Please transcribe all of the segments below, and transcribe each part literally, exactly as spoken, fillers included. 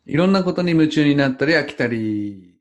いろんなことに夢中になったり飽きたり。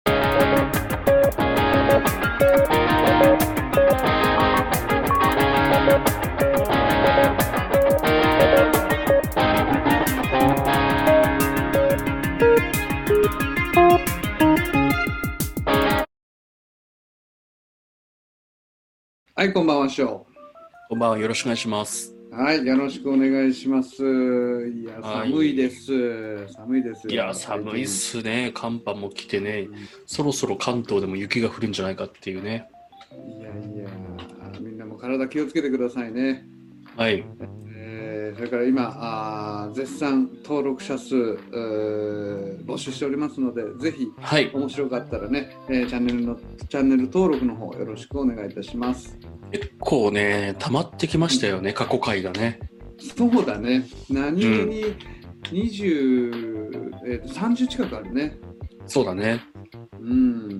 はい、こんばんは、しょこんばんは、よろしくお願いします。 う。はい、よろしくお願いします。いや、 は寒いでい。 す。寒いですいや、 よ、最寒いっ近。 すね。寒波も来てね、 うん、 そろそろ関東でも雪が降るんじゃないかっていうね。 いやいや、みんなも体気をつけてくださいね。 はい。 えーそれから今あー絶賛登録者数うー募集しておりますので、ぜひはい。 面白かったらね、えーチャンネルのチャンネル登録の方よろしくお願いいたします。 結構ね、溜まってきまうん、 したよね、過去回がね。 そうだね。何うん。 気ににじゅう、えーとさんじゅう近くあるね。 そうだね。 うん、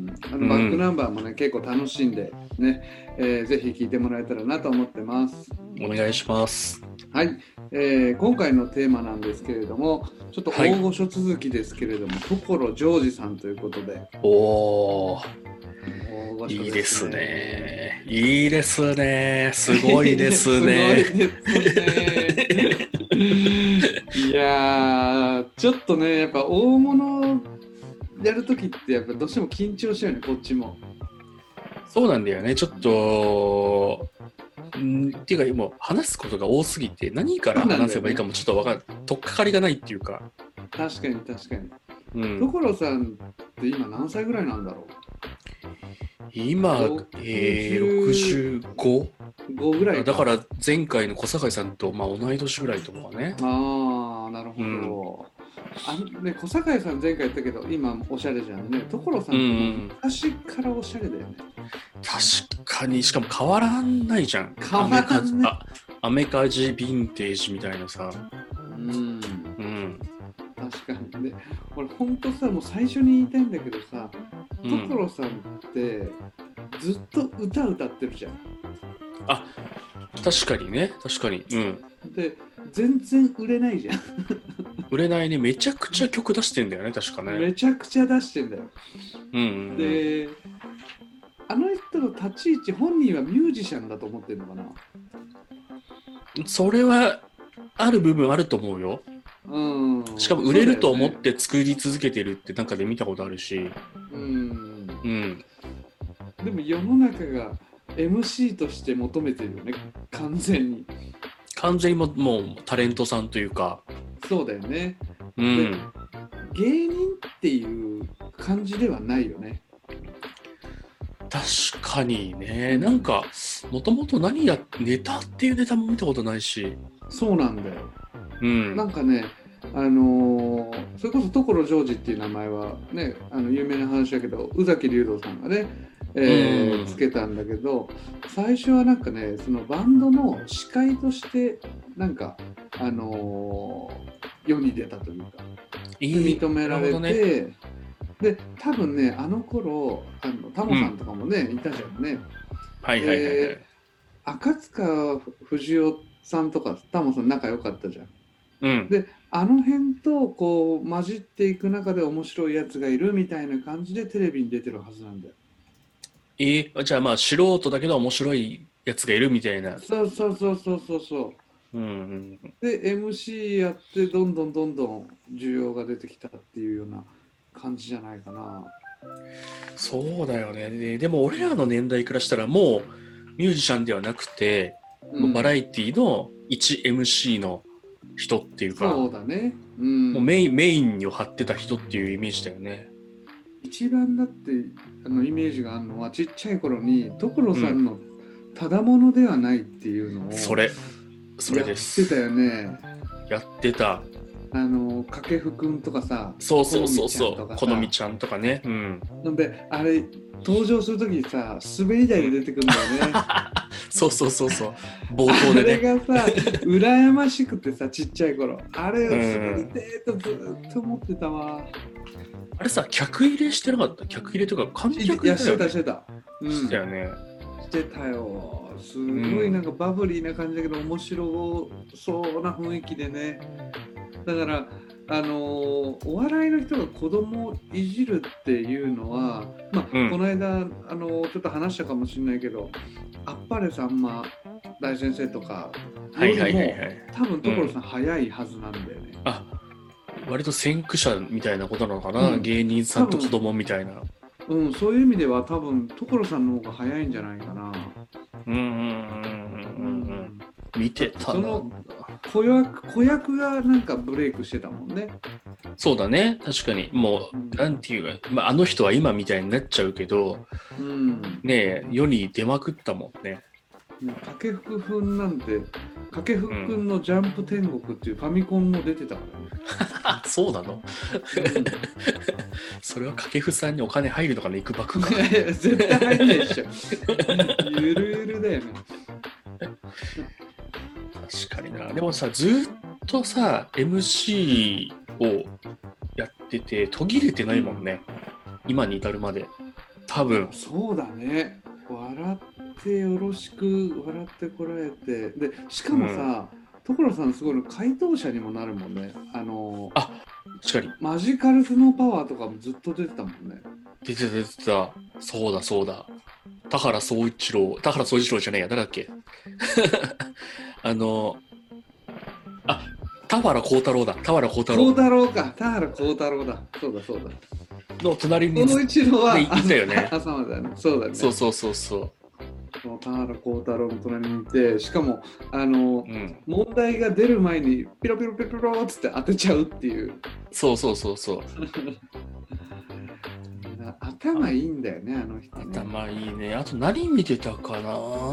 あのバックうん。 ナンバーもね結構楽しんでね、えーぜひ聞いてもらえたらなと思ってます。 お願いします。 はい、えー今回のテーマなんですけれども、ちょっとはい。 大御所続きですけれども、所ジョージさんということで、 おー、 大御所ですいいですね。 ね。いいですね。すごいですすごいね。 ですね。いやー、ちょっとね、やっぱ大物やるときってやっぱどうしても緊張しちゃうよね、こっちも。 そうなんだよね。ちょっと、んっていうか、もう話すことが多すぎて、何かそうなんら話だよね。 せばいいかもちょっとわかん、とっかかりがないっていうか。 確かに確かに。 うん。 所さんって今何歳ぐらいなんだろう？ 今、えー、 ろくじゅうごろくじゅうご？ ぐらいか。 だから前回の小堺さんと、まあ、同い年ぐらいとかね。 ああ、なるほうん。 ど。あのね、小堺さん前回言ったけど、今おしゃれじゃんね。所さうんうんってもうん。 昔からおしゃれだよね。 確かに、しかも変わらないじゃん。 変アメカジ、 わらんね。 あ、アメカジヴィンテージみたいなさ。 うん、 うん。 確かに。で、俺ほんとさ、もう最初に言いたいんだけどさ、 うん。 所さんってずっと歌歌ってるじゃん。 あ、確かにね。確かに。うん。 で、全然売れないじゃん。 売れないね。めちゃくちゃ曲出してんだよね。確かね。 めちゃくちゃ出してんだよ。 うんうんで、あの人の立ち位置、本人はミュージシャンだと思ってるのかな。 うん。それは、ある部分あると思うよ。 うしかもん、そう売れるだよね。 と思って作り続けてるってなんかで見たことあるし。 うん。 うん。 でも世の中が エムシー として求めてるよね、完全に。 完全にももうタレントさんというか、 そうだよね。で、 うん。 芸人っていう感じではないよね。 確かにね、なんうん。 か、もともと何や、ネタっていうネタも見たことないし、 そうなんだよ。 うん。 なんかね、あのーそれこそ所ジョージっていう名前はね、あの有名な話だけど、宇崎竜童さんがね、 うえーつん。 けたんだけど、最初はなんかね、そのバンドの司会として、なんか、あのー世に出たというか、でいい、 認められなるほどね。 て、で、多分ね、あの頃、あのタモさんうん。 とかもね、いたじゃんね。 はいはいはいはで、 い。 赤塚不二夫さんとかタモさん仲良かったじゃん。 うん。 で、あの辺とこう混じっていく中で面白いやつがいるみたいな感じでテレビに出てるはずなんだよ。 えー、じゃあまあ素人だけど面白いやつがいるみたいな。 そうそうそうそうそうそうん。うん。 う。で、エムシー やってどんどんどんどん需要が出てきたっていうような感じじゃないかな。 そうだよね。で、でも俺らの年代からしたらもうミュージシャンではなくて、もうバラうん。 エティの一 エムシー の人っていうか、 そうだね。うん。 もうメイン、メインを張ってた人っていうイメージだよね。 一番だってあのイメージがあるのはちっちゃい頃に所うん。 さんのただものではないっていうのをそれ、それやっでてたす。 よね。 やってた。 あの掛布くんとかさ、 そうそう好みちゃんそうそう。 とかさ、 このみちゃんとかね。うん。 なんであれ登場するときにさ滑り台でうん。 出てくるんだよね。 そうそうそうそう。冒頭あれでね。 がさ羨ましくてさ、ちっちゃい頃あれうを滑りん。 てーとずーっと思ってたわ。 あれさ、客入れしてなかった？客入れとか観いや、して客いたよね。 たしてた。うしてたよん、 ね。 してたよ。すごいなんうん。 かバブリーな感じだけど面白そうな雰囲気でね。だからあのーお笑いの人が子供をいじるっていうのは、まあ、 うんこの間、あのーちょっと話したかもしれないけど、あっぱれさんま大先生とかはいはいよりも、 はいはい。 多分所さん早いはずなんだよね。 あ、割と先駆者みたいなことなのかな、 うん芸人さんと子供みたいな。 うん、そういう意味では多分所さんの方が早いんじゃないかな。 うんうんうんうんううんうん。 ん、 見てたなその。子役子役がなんかブレイクしてたもんね。 そうだね、確かに。もうんう、なんていうか、まあ、あの人は今みたいになっちゃうけど、 うん、 ねえ、世に出まくったもんね。 掛布くんなんて掛布くんのジャンプ天国っていうファミコンも出てたからね。 あ、そうなの？ うんそれは掛布さんにお金入るのかな、いくばくか。 いやいや絶対入んないでしょ。ゆるゆるだよね。 確かにな。でもさ、ずっとさ、エムシー をやってて、途切れてないもんね。今に至るまで。多分。 そうだね。笑ってよろしく笑ってこられてでしかもさ、所さんすごいの回答者にもなるもんね。あのあ、確かに。 マジカルスノーパワーとかもずっと出てたもんね。 出てた出てた。そうだそうだ。田原総一郎。田原総一郎じゃないや。誰だっけ？あの、あ、田原幸太郎だ。田原幸太郎幸太郎か。田原幸太郎だ。そうだそうだ。 の隣に総一郎はねいたよね朝までだね。そうだね。 そうそうそうそその田原幸太郎の隣にいて、しかもあのう。うん。 問題が出る前にピロピロピロピロっつって当てちゃうっていう。 そうそうそうそう。 頭いいんだよね、あの人ね。 頭いいね。あと何見てたかな？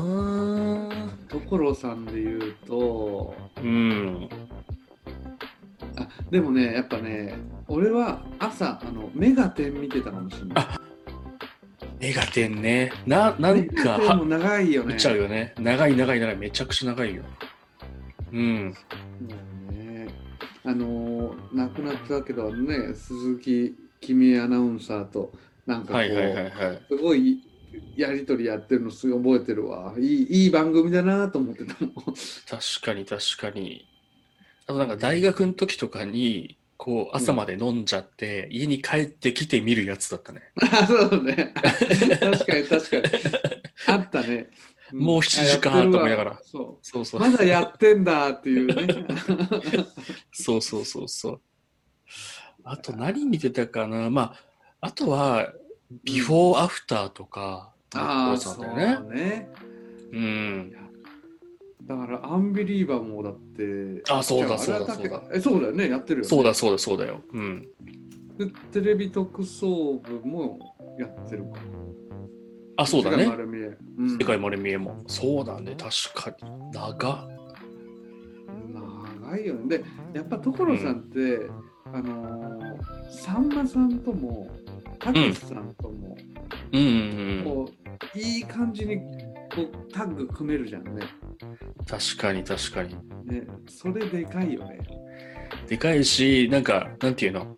所さんで言うと、 うん。 あでもね、やっぱね、俺は朝、あのメガテン見てたかもしれない。 メガテンね。な、なんメか、 ガテンも長いよね。 見ちゃうよね。長い長い長い。めちゃくちゃ長いよ。うん。 もうね、あのー亡くなったけどね、鈴木君アナウンサーとなんかこう、 はいはいはいはい。 すごいやりとりやってるのすごい覚えてるわ。いいいい番組だなと思ってたもん。 確かに確かに。あとなんか大学の時とかに、こう朝まで飲んじゃって、家に帰ってきて見るやつだったね。 あ、そうね。確かに確かに。あったね。んもうしちじかんあると思いながら。 そそうそうう。。まだやってんだっていうね。 そうそうそうそう。あと何見てたかな。まあ、あとは、ビフォーアフターとか、 ああ、 そそううだよね。 ね。 うん。 だから、アンビリーバーもだって。 あそうだじゃああれはそうだそうだえ、そうだよね。やってるよね。 そうだそうだそうだよ。うん。 でテレビ特捜部もやってるか。 あ、そうだね。 世界丸見え。うん世界丸見えも。そうだね。確かに。長っ。 長いよね。で、やっぱ所さんって、あのーさんまさんとも、たけしさんとも、 うんうんうん。 こう、いい感じにこうタッグ組めるじゃんね。 確かに確かに。 ね、それでかいよね。 でかいし、なんか、なんていうの。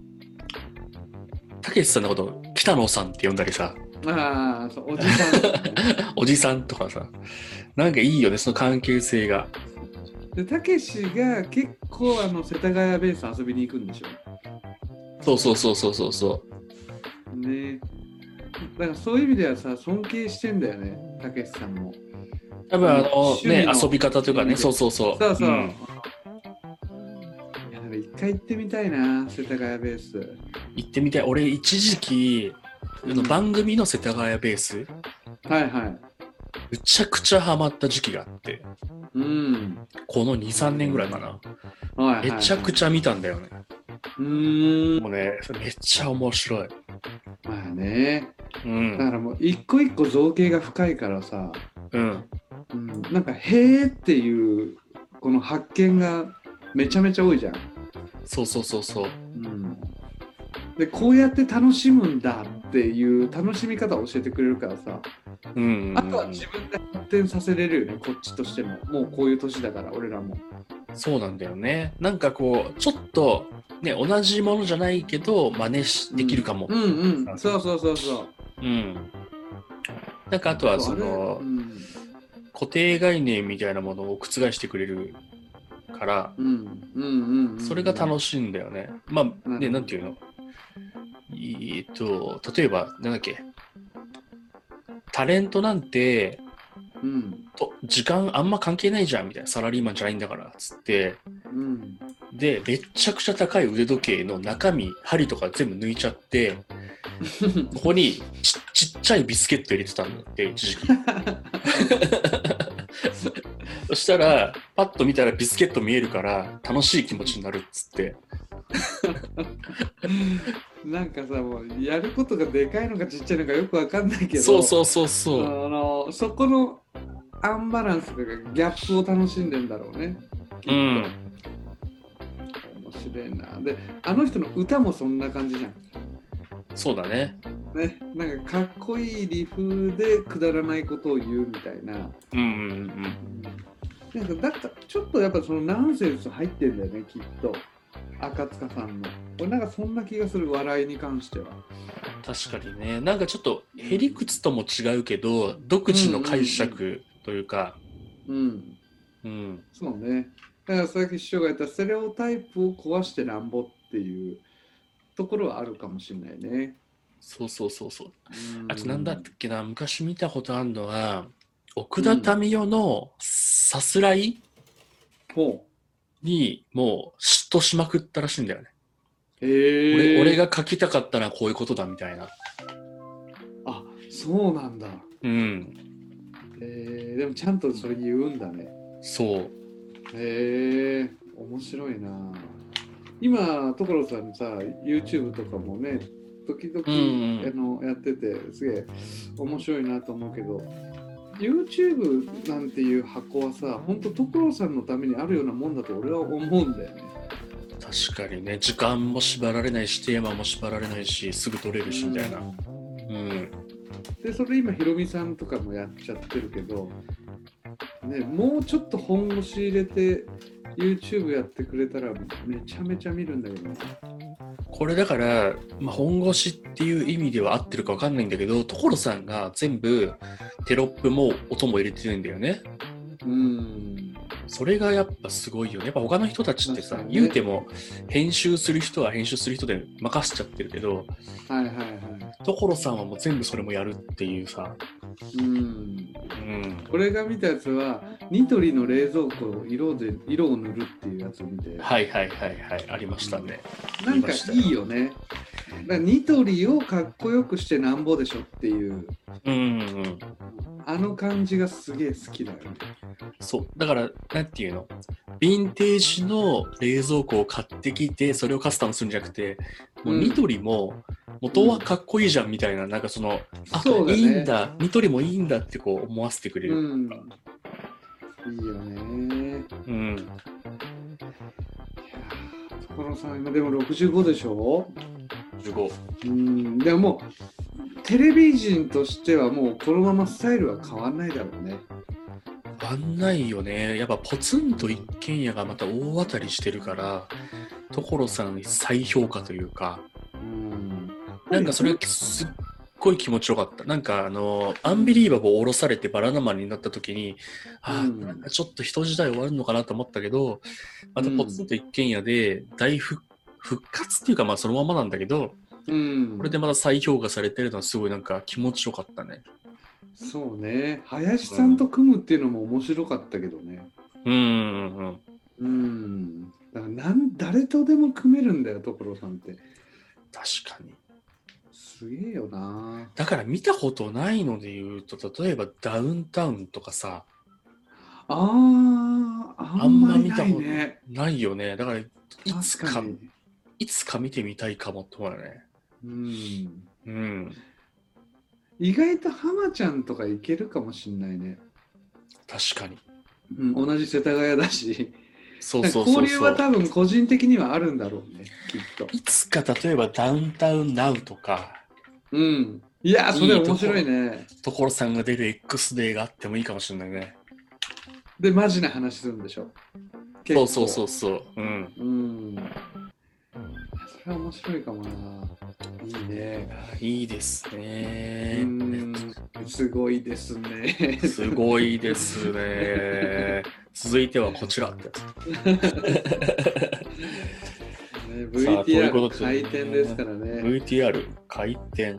たけしさんのこと、北野さんって呼んだりさ、 ああ、そう、おじさんとかね。 おじさんとかさ、なんかいいよね、その関係性が。 で、たけしが結構あの世田谷ベース遊びに行くんでしょ。 そうそうそうそうそうそう。 ね。だからそういう意味ではさ、尊敬してんだよね、たけしさんも。 多分あのね、 趣味の遊び方というかね、そうそうそう。 そうそう。 んいや、でも一回行ってみたいな、世田谷ベース。 行ってみたい。俺、一時期、あの番組の世田谷ベース、 はいはい。 むちゃくちゃハマった時期があって、 うん。 このに、さんねんぐらいかな。 はいはいはい、 めちゃくちゃ見たんだよね。 うーん。 もうね、それめっちゃ面白い。 まあね。 うん。 だからもう一個一個造形が深いからさ、 うん。 うん、なんかへーっていうこの発見がめちゃめちゃ多いじゃん。 そうそうそうそう。 うん、でこうやって楽しむんだっていう楽しみ方を教えてくれるからさ、 うんうんうん。 あとは自分で発展させれるよね、こっちとしても。もうこういう年だから俺らも。 そうなんだよね。なんかこう、ちょっと、ね、同じものじゃないけど、真似しできるかも。 うんうん、そうそうそうそう。 うん。なんかあとは、その、 うん、 固定概念みたいなものを覆してくれるから、 うんうんうんうん、 それが楽しいんだよね。まあ、ね、 なるほどなんていうのえっと、例えば、なんだっけ、タレントなんて、 うんと時間あんま関係ないじゃんみたいな、サラリーマンじゃないんだからつって、 うんでめっちゃくちゃ高い腕時計の中身針とか全部抜いちゃってここに ち, ちっちゃいビスケット入れてたんだって一時期そしたらパッと見たらビスケット見えるから楽しい気持ちになるっつってなんかさ、もうやることがでかいのかちっちゃいのかよくわかんないけど、 そうそうそうそう、 あのそこのアンバランスというかギャップを楽しんでんだろうね。 うん、 面白いな。で、あの人の歌もそんな感じじゃん。 そうだね。 ね、なんかかっこいいリフでくだらないことを言うみたいな。 うんうんうん。 なんかだからちょっとやっぱそのナンセンス入ってんだよね、きっと。赤塚さんの。俺なんかそんな気がする、笑いに関しては。 確かにね。なんかちょっとへりくつとも違うけど、独自の解釈というか。 うん。 うん、うん、 そうね。だからさっき師匠が言ったステレオタイプを壊してなんぼっていうところはあるかもしれないね。 そうそうそうそう。 うん、 あとなんだったっけな、昔見たことあるのは、奥田民生のさすらいにもう嫉妬しまくったらしいんだよね。 へー。 俺、俺が書きたかったのはこういうことだみたいな。 あ、そうなんだ。 うん。 えー、でもちゃんとそれ言うんだね。 そう。 へえ、面白いな。今、所さんさ、YouTube とかもね、時々、 うんうん、 あのやってて、すげえ面白いなと思うけど、YouTube なんていう箱はさ、本当所さんのためにあるようなもんだと俺は思うんだよね。 確かにね、時間も縛られないし、テーマも縛られないし、すぐ撮れるしみたいな。うん。 で、それ今、ひろみさんとかもやっちゃってるけど、ね、もうちょっと本腰入れて YouTube やってくれたらめちゃめちゃ見るんだけど、ね、 これだから、まあ、本腰っていう意味では合ってるか分かんないんだけど、所さんが全部テロップも音も入れてるんだよね。 うん。 それがやっぱすごいよね。やっぱ他の人たちってさ、ね、言うても編集する人は編集する人で任せちゃってるけど、 はいはいはい。 所さんはもう全部それもやるっていうさ。 うん。うん。俺が見たやつはニトリの冷蔵庫を色で色を塗るっていうやつを見て。 はいはいはいはいありましたね。 うん、なんかいいよね。だニトリをかっこよくしてなんぼでしょっていう。 うんうん。 あの感じがすげえ好きだよね。 そうだからなんていうの、ヴィンテージの冷蔵庫を買ってきてそれをカスタムするんじゃなくて、もうニトリも元はかっこいいじゃんみたいな、うん、なんかそのあそうだ、ね、いいんだニトリもいいんだってこう思わせてくれる、うん、 いいよね。うん。いや所さん今でもろくじゅうごでしょ。ろくじゅうご。うんでももうテレビ人としてはもうこのままスタイルは変わんないだろうね。 変わんないよね。やっぱポツンと一軒家がまた大当たりしてるから所さん再評価というか、うんなんかそれすっごい気持ちよかった。なんかあのアンビリーバボー降ろされてバナナマンになった時に、うん、あなんかちょっと人時代終わるのかなと思ったけど、またポツンと一軒家で大復活っていうかまあそのままなんだけど、うん、これでまた再評価されてるのはすごいなんか気持ちよかったね。 そうね、林さんと組むっていうのも面白かったけどね。 うんうんうんうん。だからなん誰とでも組めるんだよ所さんって。 確かに。 すげえよな。 だから見たことないので言うと、例えばダウンタウンとかさ、 あーあんま見たことないよね。だからいつかいつか見てみたいかもと思うよね。 うん。 うん。 意外と浜ちゃんとかいけるかもしんないね。 確かに。 うん、同じ世田谷だし。 そうそうそうそう。 交流は多分個人的にはあるんだろうね、きっと。 いつか例えばダウンタウンナウとか。 うん。いや、それ面白いね。 所さんが出る X デーがあってもいいかもしれないね。 で、マジな話するんでしょ。 そうそうそうそう。うん。 うん。それは面白いかもな。いいね。 いいですね。 うん。すごいですね。 すごいですね。 続いてはこちらってやつ。 ね、 さあというこブイティーアールとで回転ですからね。 ブイティーアール 回転。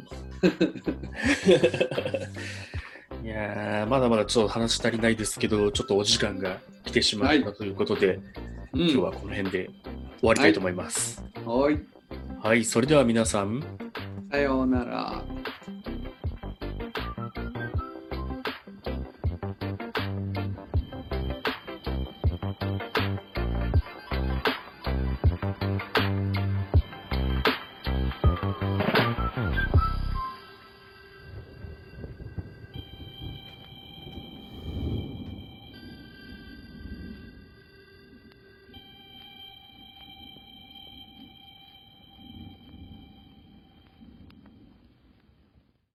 いやーまだまだちょっと話足りないですけど、ちょっとお時間が来てしまったということで、 うん、 今日はこの辺で終わりたいと思います。 はい。 はい、それでは皆さん、 さようなら。